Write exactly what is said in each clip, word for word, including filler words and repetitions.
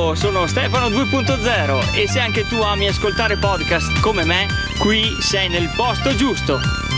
Ciao, sono Stefano due punto zero e se anche tu ami ascoltare podcast come me, qui sei nel posto giusto.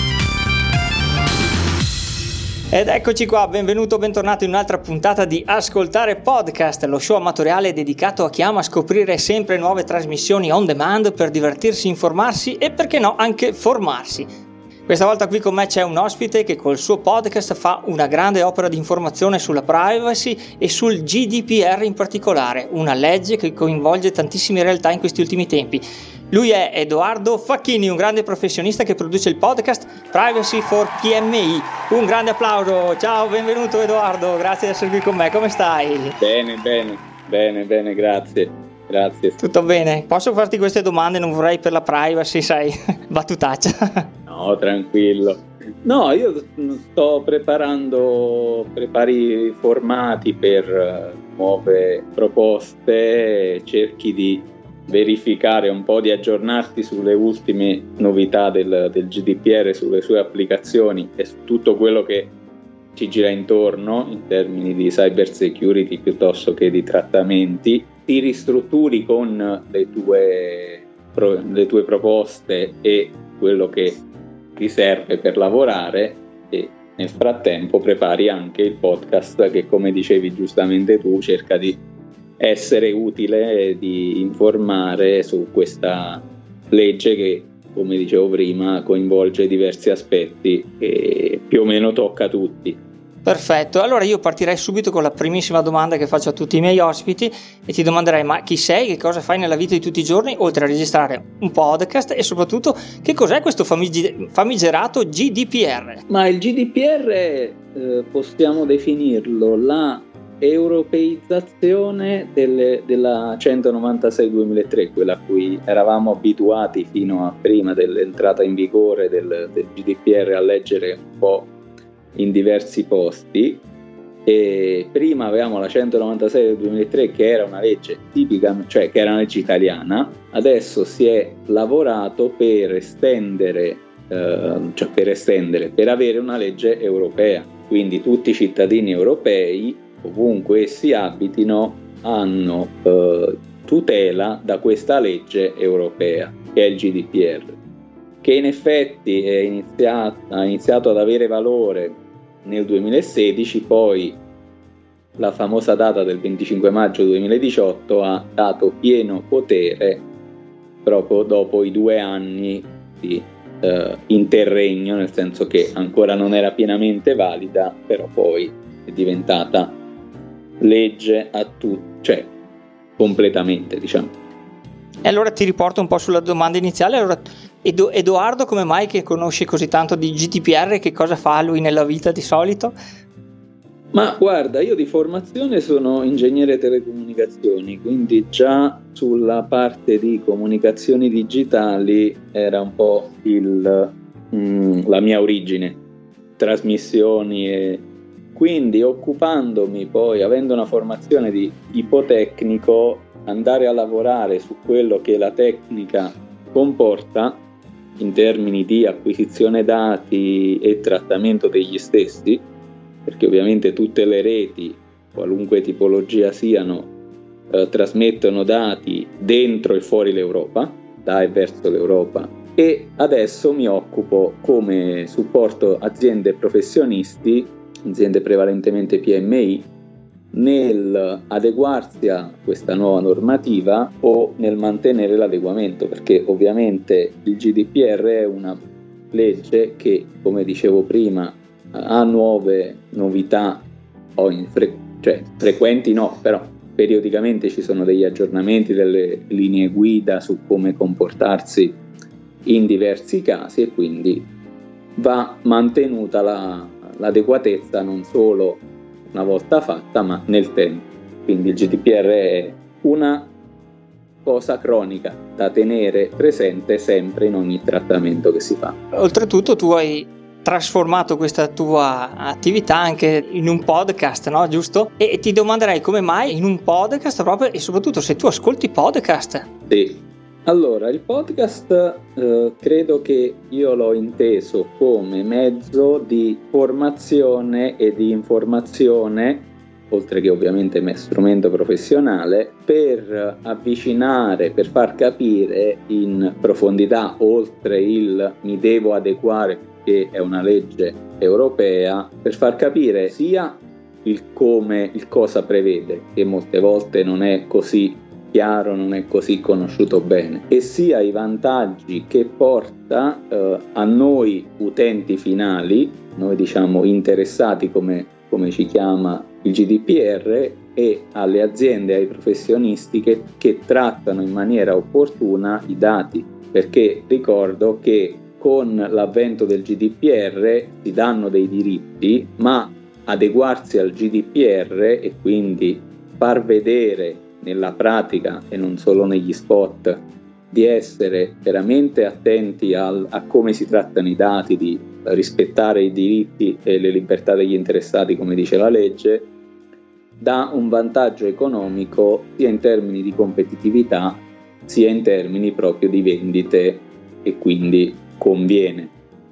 Ed eccoci qua, benvenuto, bentornato in un'altra puntata di Ascoltare Podcast, lo show amatoriale dedicato a chi ama scoprire sempre nuove trasmissioni on demand per divertirsi, informarsi e perché no anche formarsi. Questa volta qui con me c'è un ospite che col suo podcast fa una grande opera di informazione sulla privacy e sul G D P R in particolare, una legge che coinvolge tantissime realtà in questi ultimi tempi. Lui è Edoardo Facchini, un grande professionista che produce il podcast Privacy for P M I. Un grande applauso, ciao, benvenuto Edoardo, grazie di essere qui con me, come stai? Bene, bene, bene, bene, grazie, grazie. Tutto bene? Posso farti queste domande? Non vorrei per la privacy, sai, battutaccia. No, tranquillo. No, io sto preparando, prepari formati per nuove proposte, cerchi di verificare un po', di aggiornarti sulle ultime novità del, del G D P R, sulle sue applicazioni e su tutto quello che ci gira intorno in termini di cyber security piuttosto che di trattamenti. Ti ristrutturi con le tue, le tue proposte e quello che ti serve per lavorare e nel frattempo prepari anche il podcast che, come dicevi giustamente tu, cerca di essere utile, di informare su questa legge che, come dicevo prima, coinvolge diversi aspetti e più o meno tocca a tutti. Perfetto, allora io partirei subito con la primissima domanda che faccio a tutti i miei ospiti e ti domanderei: ma chi sei, che cosa fai nella vita di tutti i giorni oltre a registrare un podcast e soprattutto che cos'è questo famig- famigerato G D P R? Ma il G D P R eh, possiamo definirlo la europeizzazione delle, della centonovantasei duemilatré, quella a cui eravamo abituati fino a prima dell'entrata in vigore del, del G D P R a leggere un po' in diversi posti. E prima avevamo la centonovantasei del duemilatré che era una legge tipica, cioè che era una legge italiana. Adesso si è lavorato per estendere eh, cioè per estendere per avere una legge europea, quindi tutti i cittadini europei, ovunque essi abitino, hanno eh, tutela da questa legge europea che è il G D P R, che in effetti è iniziato, ha iniziato ad avere valore nel duemilasedici, poi la famosa data del venticinque maggio duemiladiciotto ha dato pieno potere proprio dopo i due anni di eh, interregno, nel senso che ancora non era pienamente valida, però poi è diventata legge a tutti, cioè completamente, diciamo. E allora ti riporto un po' sulla domanda iniziale. Allora, Edo- Edoardo, come mai che conosce così tanto di G D P R? Che cosa fa lui nella vita di solito? Ma guarda, io di formazione sono ingegnere telecomunicazioni, quindi già sulla parte di comunicazioni digitali era un po' il, mm, la mia origine, trasmissioni, e quindi occupandomi poi, avendo una formazione di tipo tecnico, andare a lavorare su quello che la tecnica comporta in termini di acquisizione dati e trattamento degli stessi, perché ovviamente tutte le reti, qualunque tipologia siano, eh, trasmettono dati dentro e fuori l'Europa, da e verso l'Europa, e adesso mi occupo come supporto aziende e professionisti, aziende prevalentemente P M I, nel adeguarsi a questa nuova normativa o nel mantenere l'adeguamento, perché ovviamente il G D P R è una legge che, come dicevo prima, ha nuove novità, o in fre- cioè frequenti no, però periodicamente ci sono degli aggiornamenti, delle linee guida su come comportarsi in diversi casi, e quindi va mantenuta la, l'adeguatezza non solo una volta fatta ma nel tempo. Quindi il G D P R è una cosa cronica da tenere presente sempre in ogni trattamento che si fa. Oltretutto tu hai trasformato questa tua attività anche in un podcast, no? Giusto? E ti domanderei come mai in un podcast proprio, e soprattutto se tu ascolti podcast. Sì, allora il podcast eh, credo che io l'ho inteso come mezzo di formazione e di informazione oltre che ovviamente me strumento professionale, per avvicinare, per far capire in profondità, oltre il mi devo adeguare perché è una legge europea, per far capire sia il come, il cosa prevede, che molte volte non è così chiaro, non è così conosciuto bene, e sia i vantaggi che porta eh, a noi utenti finali, noi diciamo interessati come, come ci chiama il G D P R, e alle aziende, ai professionisti che, che trattano in maniera opportuna i dati, perché ricordo che con l'avvento del G D P R si danno dei diritti, ma adeguarsi al G D P R e quindi far vedere nella pratica e non solo negli spot di essere veramente attenti al, a come si trattano i dati, di rispettare i diritti e le libertà degli interessati come dice la legge, dà un vantaggio economico sia in termini di competitività sia in termini proprio di vendite, e quindi conviene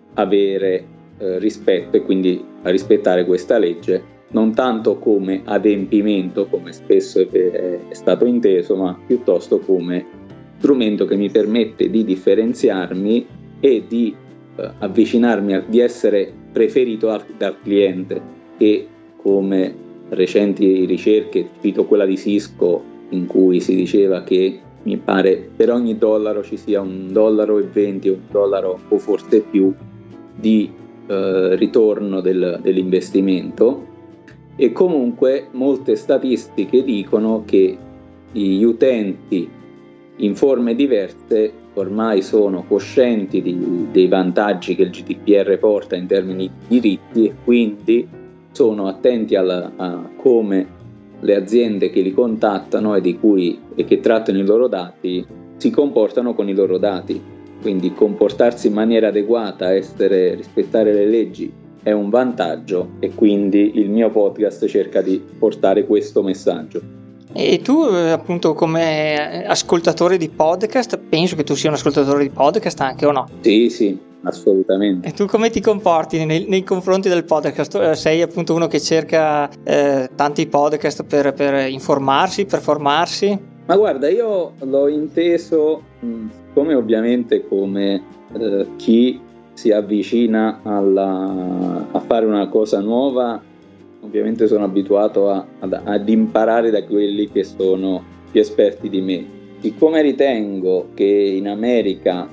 avere eh, rispetto e quindi rispettare questa legge, non tanto come adempimento come spesso è, è stato inteso, ma piuttosto come strumento che mi permette di differenziarmi e di eh, avvicinarmi, a, di essere preferito al, dal cliente, e come recenti ricerche, cito quella di Cisco in cui si diceva che mi pare per ogni dollaro ci sia un dollaro e venti o un dollaro o forse più di eh, ritorno del, dell'investimento. E comunque molte statistiche dicono che gli utenti in forme diverse ormai sono coscienti di, dei vantaggi che il G D P R porta in termini di diritti, e quindi sono attenti alla, a come le aziende che li contattano e di cui e che trattano i loro dati si comportano con i loro dati. Quindi comportarsi in maniera adeguata, essere, rispettare le leggi è un vantaggio, e quindi il mio podcast cerca di portare questo messaggio. E tu appunto come ascoltatore di podcast, penso che tu sia un ascoltatore di podcast anche, o no? Sì, sì, assolutamente. E tu come ti comporti nei, nei confronti del podcast? Sei appunto uno che cerca eh, tanti podcast per, per informarsi, per formarsi? Ma guarda, io l'ho inteso mh, come ovviamente come eh, chi si avvicina alla, a fare una cosa nuova. Ovviamente sono abituato a, ad, ad imparare da quelli che sono più esperti di me. Siccome ritengo che in America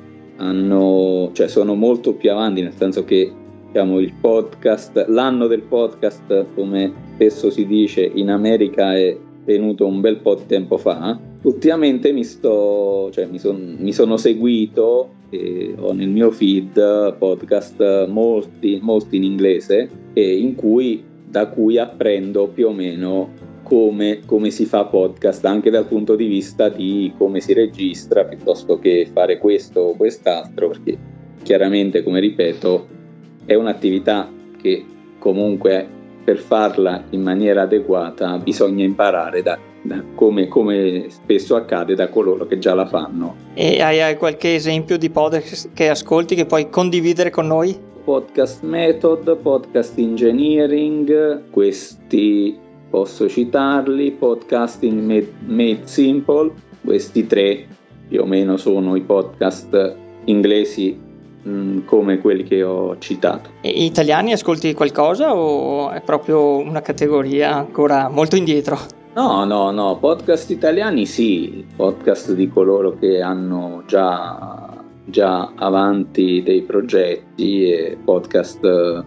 hanno, cioè sono molto più avanti, nel senso che diciamo il podcast, l'anno del podcast, come spesso si dice, in America è venuto un bel po' di tempo fa. Ultimamente mi sto, cioè mi, son, mi sono seguito e ho nel mio feed podcast molti, molti in inglese, e in cui da cui apprendo più o meno come, come si fa podcast, anche dal punto di vista di come si registra, piuttosto che fare questo o quest'altro, perché chiaramente, come ripeto, è un'attività che comunque per farla in maniera adeguata bisogna imparare da, da come, come spesso accade da coloro che già la fanno. E hai, hai qualche esempio di podcast che ascolti che puoi condividere con noi? Podcast Method, Podcast Engineering, questi posso citarli, Podcasting Made, Made Simple, questi tre più o meno sono i podcast inglesi mh, come quelli che ho citato. E italiani ascolti qualcosa o è proprio una categoria ancora molto indietro? No, no, no, podcast italiani sì, podcast di coloro che hanno già... già avanti dei progetti, e podcast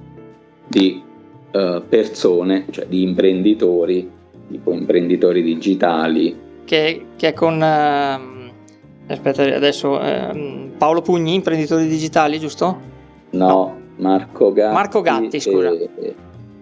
di uh, persone, cioè di imprenditori, tipo imprenditori digitali. Che, che è con uh, aspetta adesso uh, Paolo Pugni, imprenditori digitali, giusto? No, no. Marco Gatti. Marco Gatti, scusa. E,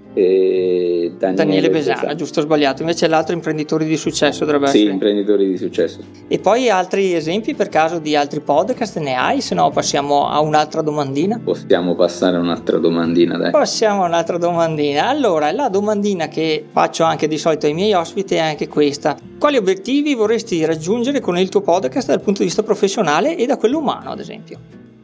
e Daniele, Daniele Besana, Besana, giusto, sbagliato. Invece l'altro imprenditori di successo dovrebbe sì, essere. Sì, imprenditori di successo. E poi altri esempi per caso di altri podcast ne hai? Se no passiamo a un'altra domandina. Possiamo passare a un'altra domandina, dai. Passiamo a un'altra domandina. Allora, la domandina che faccio anche di solito ai miei ospiti è anche questa: quali obiettivi vorresti raggiungere con il tuo podcast dal punto di vista professionale e da quello umano, ad esempio?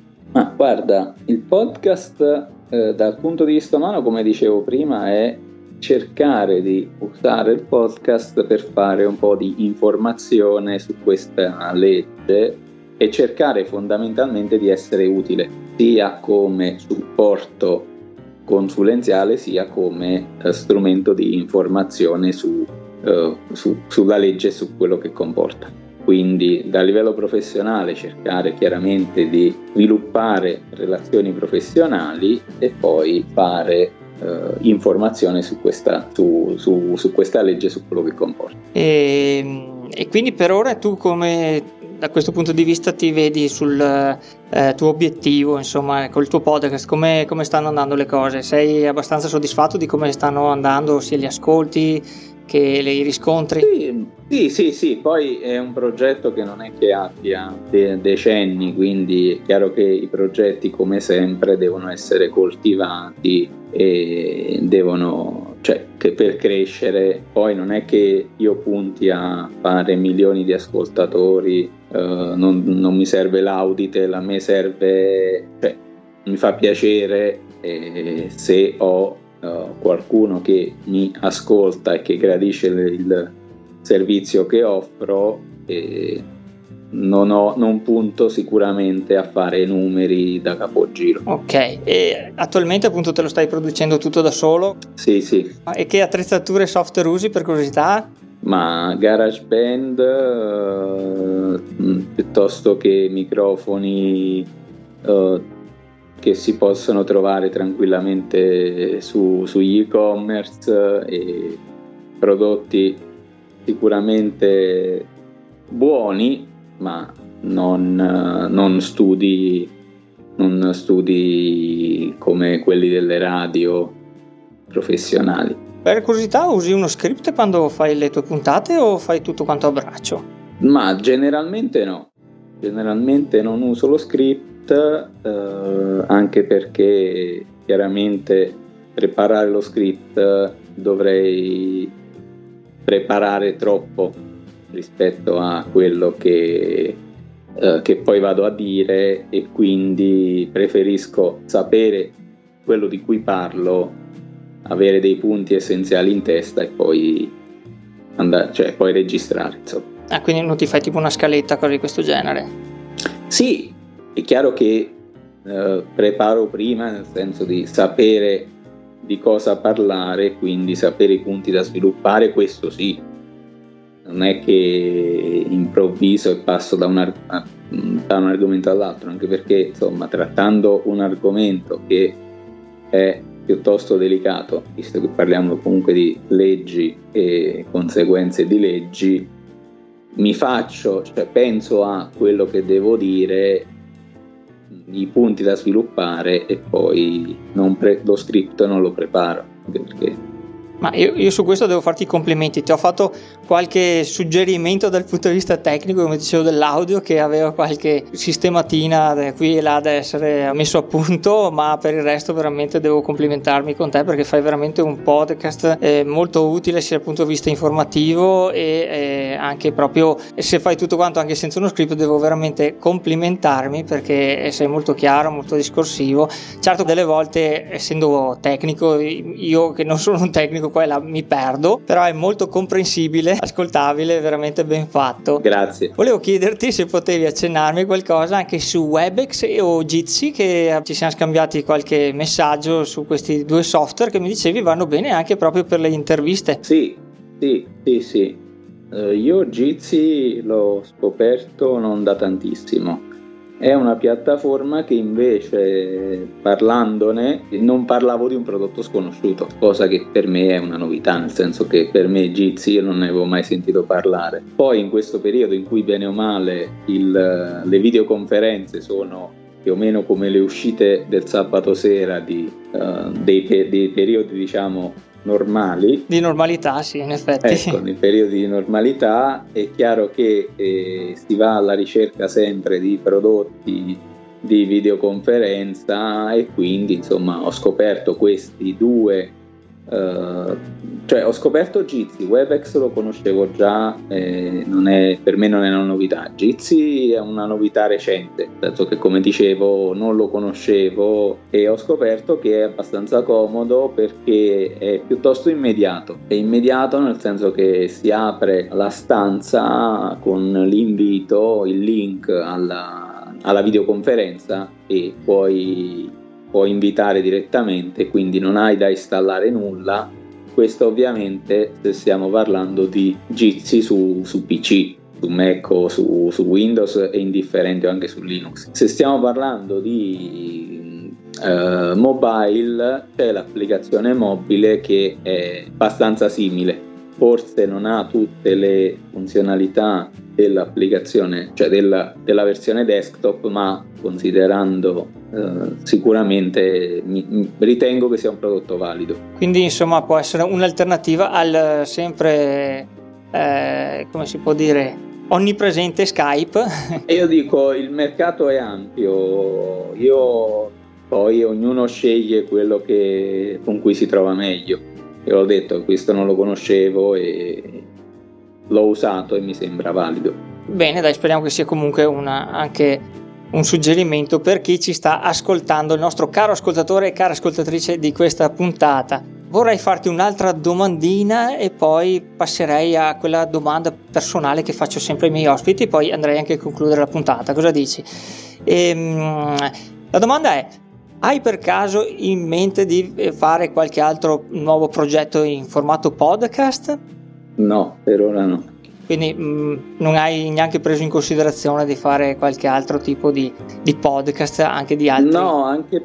Ma guarda, il podcast eh, dal punto di vista umano, come dicevo prima, è cercare di usare il podcast per fare un po' di informazione su questa legge e cercare fondamentalmente di essere utile sia come supporto consulenziale sia come eh, strumento di informazione su, eh, su, sulla legge e su quello che comporta. Quindi da livello professionale cercare chiaramente di sviluppare relazioni professionali e poi fare Uh, informazione su questa, su, su, su questa legge, su quello che comporta. E, e quindi per ora tu come da questo punto di vista ti vedi sul eh, tuo obiettivo, insomma, col tuo podcast, come, come stanno andando le cose? Sei abbastanza soddisfatto di come stanno andando sia gli ascolti che i riscontri? Sì, sì, sì, sì, poi è un progetto che non è che abbia de- decenni, quindi è chiaro che i progetti come sempre devono essere coltivati e devono, cioè che per crescere poi non è che io punti a fare milioni di ascoltatori, uh, non, non mi serve l'Auditel, a me serve, cioè mi fa piacere eh, se ho Uh, qualcuno che mi ascolta e che gradisce il, il servizio che offro, e non, ho, non punto sicuramente a fare numeri da capogiro. Ok, e attualmente appunto te lo stai producendo tutto da solo? Sì, sì. E che attrezzature e software usi, per curiosità? Ma GarageBand uh, piuttosto che microfoni uh, che si possono trovare tranquillamente su, sugli e-commerce e prodotti sicuramente buoni, ma non, non studi non studi come quelli delle radio professionali. Per curiosità, usi uno script quando fai le tue puntate o fai tutto quanto a braccio? Ma generalmente no, generalmente non uso lo script. Eh, anche perché chiaramente preparare lo script dovrei preparare troppo rispetto a quello che, eh, che poi vado a dire, e quindi preferisco sapere quello di cui parlo, avere dei punti essenziali in testa e poi andare, cioè poi registrare, insomma. Ah, quindi non ti fai tipo una scaletta, cose di questo genere? Sì, è chiaro che eh, preparo prima, nel senso di sapere di cosa parlare, quindi sapere i punti da sviluppare, questo sì. Non è che improvviso e passo da un, ar- da un argomento all'altro, anche perché insomma trattando un argomento che è piuttosto delicato, visto che parliamo comunque di leggi e conseguenze di leggi, mi faccio, cioè penso a quello che devo dire, i punti da sviluppare e poi non pre- lo script non lo preparo, anche perché Ma io, io su questo devo farti i complimenti, ti ho fatto qualche suggerimento dal punto di vista tecnico, come dicevo, dell'audio, che aveva qualche sistematina da qui e là da essere messo a punto, ma per il resto veramente devo complimentarmi con te perché fai veramente un podcast eh, molto utile sia dal punto di vista informativo e eh, anche proprio se fai tutto quanto anche senza uno script. Devo veramente complimentarmi perché sei molto chiaro, molto discorsivo. Certo, delle volte, essendo tecnico, io che non sono un tecnico qua e là mi perdo, però è molto comprensibile, ascoltabile, veramente ben fatto. Grazie. Volevo chiederti se potevi accennarmi qualcosa anche su Webex o Jitsi, che ci siamo scambiati qualche messaggio su questi due software che mi dicevi vanno bene anche proprio per le interviste. Sì, sì, sì, sì. Uh, io Jitsi l'ho scoperto non da tantissimo. È una piattaforma che invece, parlandone, non parlavo di un prodotto sconosciuto, cosa che per me è una novità, nel senso che per me Jitsi io non ne avevo mai sentito parlare. Poi in questo periodo in cui bene o male il, le videoconferenze sono più o meno come le uscite del sabato sera di, uh, dei, dei periodi diciamo normali, di normalità, sì, in effetti. Ecco, nei periodi di normalità è chiaro che eh, si va alla ricerca sempre di prodotti di videoconferenza e quindi insomma ho scoperto questi due Uh, cioè ho scoperto Jitsi, Webex lo conoscevo già, eh, non è, per me non è una novità. Jitsi è una novità recente, nel senso che, come dicevo, non lo conoscevo e ho scoperto che è abbastanza comodo perché è piuttosto immediato. È immediato nel senso che si apre la stanza con l'invito, il link alla, alla videoconferenza e poi puoi invitare direttamente, quindi non hai da installare nulla. Questo ovviamente se stiamo parlando di Jitsi su, su P C, su Mac o su, su Windows è indifferente, o anche su Linux. Se stiamo parlando di eh, mobile, c'è l'applicazione mobile che è abbastanza simile, forse non ha tutte le funzionalità dell'applicazione, cioè della, della versione desktop, ma considerando eh, sicuramente mi, mi, ritengo che sia un prodotto valido. Quindi insomma può essere un'alternativa al sempre eh, come si può dire onnipresente Skype. E io dico, il mercato è ampio, io poi ognuno sceglie quello che, con cui si trova meglio. Io l'ho detto, questo non lo conoscevo e l'ho usato e mi sembra valido. Bene, dai, speriamo che sia comunque una, anche un suggerimento per chi ci sta ascoltando, il nostro caro ascoltatore e cara ascoltatrice di questa puntata. Vorrei farti un'altra domandina e poi passerei a quella domanda personale che faccio sempre ai miei ospiti, poi andrei anche a concludere la puntata. Cosa dici? Ehm, la domanda è: hai per caso in mente di fare qualche altro nuovo progetto in formato podcast? No, per ora no. Quindi mh, non hai neanche preso in considerazione di fare qualche altro tipo di, di podcast, anche di altri? No, anche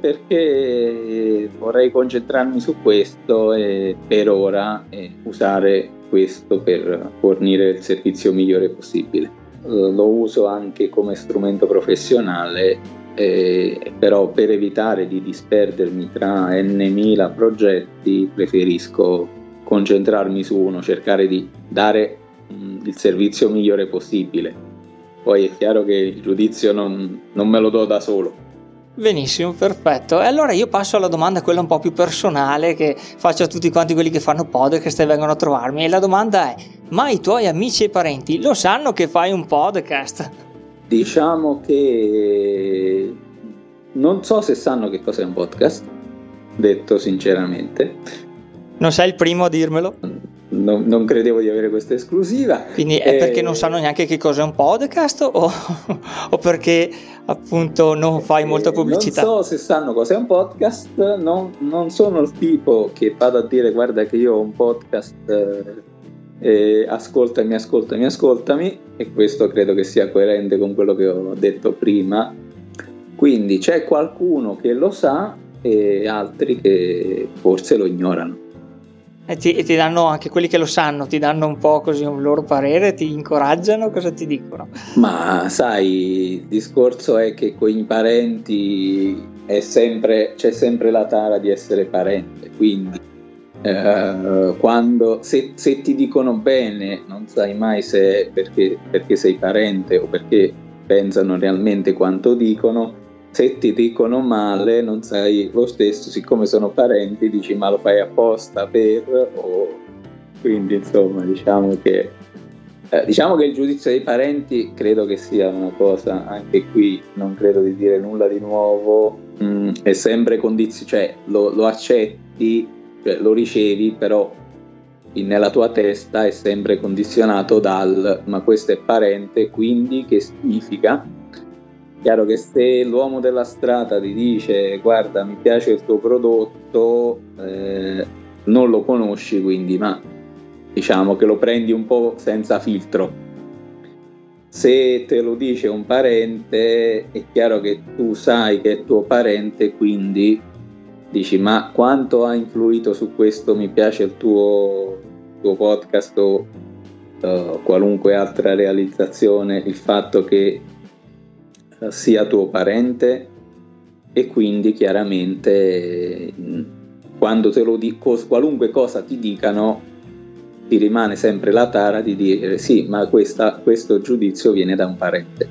perché vorrei concentrarmi su questo e per ora e usare questo per fornire il servizio migliore possibile. Lo uso anche come strumento professionale, eh, però per evitare di disperdermi tra n mila progetti preferisco concentrarmi su uno, cercare di dare il servizio migliore possibile. Poi è chiaro che il giudizio non, non me lo do da solo. Benissimo, perfetto. E allora io passo alla domanda, quella un po' più personale, che faccio a tutti quanti quelli che fanno podcast e vengono a trovarmi. E la domanda è: ma i tuoi amici e parenti lo sanno che fai un podcast? Diciamo che non so se sanno che cos'è un podcast, detto sinceramente. Non sei il primo a dirmelo? Non, non credevo di avere questa esclusiva. Quindi è e... perché non sanno neanche che cos'è un podcast o, o perché appunto non fai molta pubblicità? Non so se sanno cos'è un podcast, non, non sono il tipo che vado a dire guarda che io ho un podcast, eh, ascoltami, ascoltami, ascoltami, e questo credo che sia coerente con quello che ho detto prima. Quindi c'è qualcuno che lo sa e altri che forse lo ignorano. E ti, e ti danno, anche quelli che lo sanno, ti danno un po' così un loro parere, ti incoraggiano, cosa ti dicono? Ma sai, il discorso è che con i parenti è sempre, c'è sempre la tara di essere parente, quindi eh, quando se, se ti dicono bene non sai mai se perché, perché sei parente o perché pensano realmente quanto dicono. Se ti dicono male non sai lo stesso, siccome sono parenti dici ma lo fai apposta per, o quindi insomma diciamo che eh, diciamo che il giudizio dei parenti credo che sia una cosa, anche qui non credo di dire nulla di nuovo, mh, è sempre condizionato, cioè lo, lo accetti, cioè lo ricevi, però nella tua testa è sempre condizionato dal ma questo è parente, quindi che significa? Chiaro che se l'uomo della strada ti dice guarda mi piace il tuo prodotto, eh, non lo conosci, quindi ma diciamo che lo prendi un po' senza filtro. Se te lo dice un parente è chiaro che tu sai che è tuo parente, quindi dici ma quanto ha influito su questo mi piace il tuo, tuo podcast o uh, qualunque altra realizzazione il fatto che sia tuo parente, e quindi chiaramente quando te lo dico, qualunque cosa ti dicano ti rimane sempre la tara di dire sì ma questa, questo giudizio viene da un parente,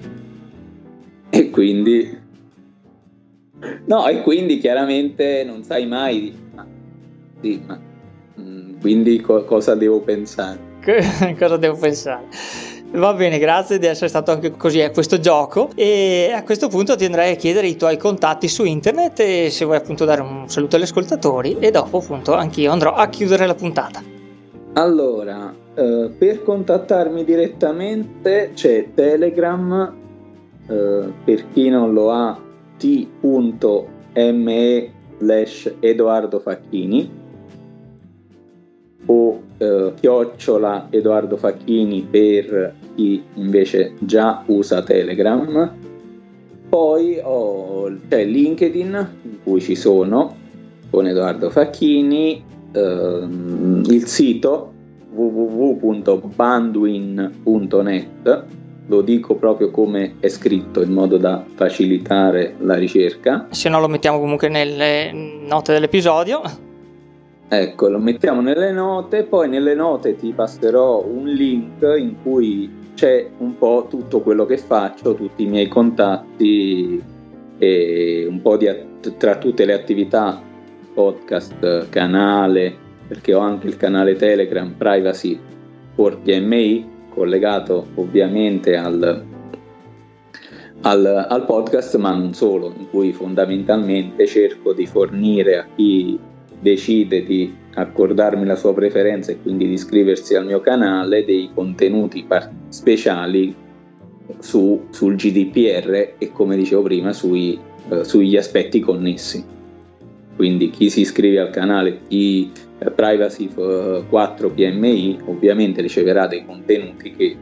e quindi no e quindi chiaramente non sai mai, ma, sì, ma quindi co- cosa devo pensare? Cosa devo pensare? Va bene, grazie di essere stato anche così a questo gioco, e a questo punto ti andrei a chiedere i tuoi contatti su internet e se vuoi appunto dare un saluto agli ascoltatori, e dopo appunto anch'io andrò a chiudere la puntata. Allora, eh, per contattarmi direttamente c'è Telegram, eh, per chi non lo ha, t.me slash Edoardo Facchini o eh, chiocciola Edoardo Facchini per chi invece già usa Telegram. Poi ho, c'è LinkedIn, in cui ci sono con Edoardo Facchini, ehm, il sito w w w punto bandwin punto net, lo dico proprio come è scritto in modo da facilitare la ricerca. Se no lo mettiamo comunque nelle note dell'episodio. Ecco, lo mettiamo nelle note, poi nelle note ti passerò un link in cui c'è un po' tutto quello che faccio, tutti i miei contatti e un po' di att- tra tutte le attività, podcast, canale, perché ho anche il canale Telegram Privacy for P M I, collegato ovviamente al, al, al podcast, ma non solo, in cui fondamentalmente cerco di fornire a chi decide di accordarmi la sua preferenza e quindi di iscriversi al mio canale dei contenuti par- speciali su, sul G D P R e, come dicevo prima, sui, eh, sugli aspetti connessi. Quindi chi si iscrive al canale di eh, Privacy quattro P M I ovviamente riceverà dei contenuti che,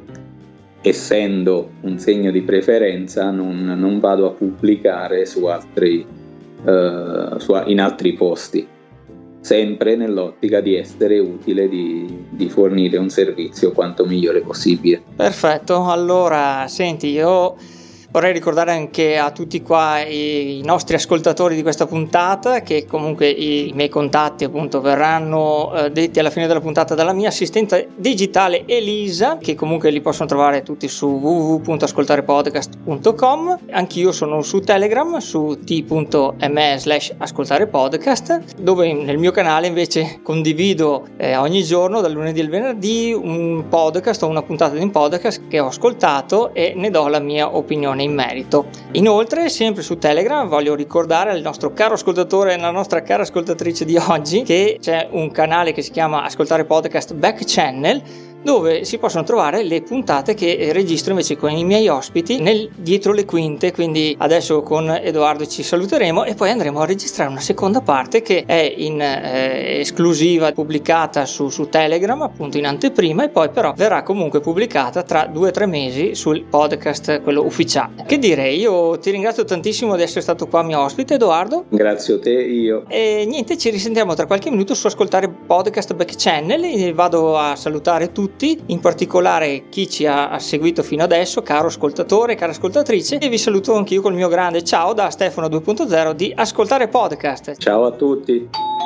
essendo un segno di preferenza, non, non vado a pubblicare su altri, eh, su, in altri posti, sempre nell'ottica di essere utile, di, di fornire un servizio quanto migliore possibile. Perfetto, allora senti, io vorrei ricordare anche a tutti qua i, i nostri ascoltatori di questa puntata che comunque i, i miei contatti appunto verranno eh, detti alla fine della puntata dalla mia assistente digitale Elisa, che comunque li possono trovare tutti su w w w punto ascoltarepodcast punto com. Anch'io sono su Telegram su t.me slash ascoltarepodcast, dove nel mio canale invece condivido eh, ogni giorno dal lunedì al venerdì un podcast o una puntata di un podcast che ho ascoltato e ne do la mia opinione in merito. Inoltre, sempre su Telegram, voglio ricordare al nostro caro ascoltatore e alla nostra cara ascoltatrice di oggi che c'è un canale che si chiama Ascoltare Podcast Back Channel, dove si possono trovare le puntate che registro invece con i miei ospiti nel dietro le quinte. Quindi adesso con Edoardo ci saluteremo e poi andremo a registrare una seconda parte che è in eh, esclusiva pubblicata su, su Telegram, appunto in anteprima, e poi però verrà comunque pubblicata tra due o tre mesi sul podcast, quello ufficiale. Che dire, io ti ringrazio tantissimo di essere stato qua mio ospite, Edoardo. Grazie a te, io. E niente, ci risentiamo tra qualche minuto su Ascoltare Podcast Back Channel e vado a salutare tutti, in particolare chi ci ha seguito fino adesso, caro ascoltatore, cara ascoltatrice, e vi saluto anch'io col mio grande ciao da Stefano due punto zero di Ascoltare Podcast. Ciao a tutti.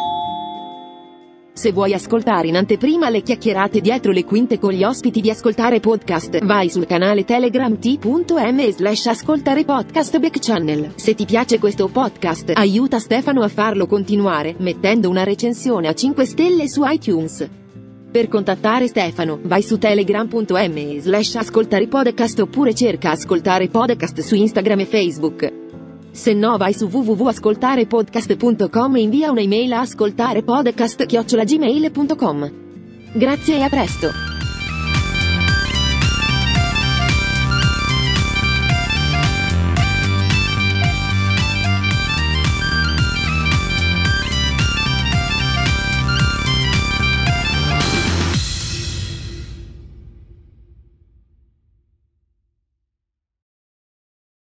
Se vuoi ascoltare in anteprima le chiacchierate dietro le quinte con gli ospiti di Ascoltare Podcast, vai sul canale Telegram t.me slash Ascoltare Podcast Back Channel. Se ti piace questo podcast, aiuta Stefano a farlo continuare, mettendo una recensione a cinque stelle su iTunes. Per contattare Stefano, vai su telegram.me slash Ascoltare Podcast oppure cerca Ascoltare Podcast su Instagram e Facebook. Se no vai su w w w punto ascoltarepodcast punto com e invia un'email a ascoltarepodcast chiocciola gmail punto com. Grazie e a presto!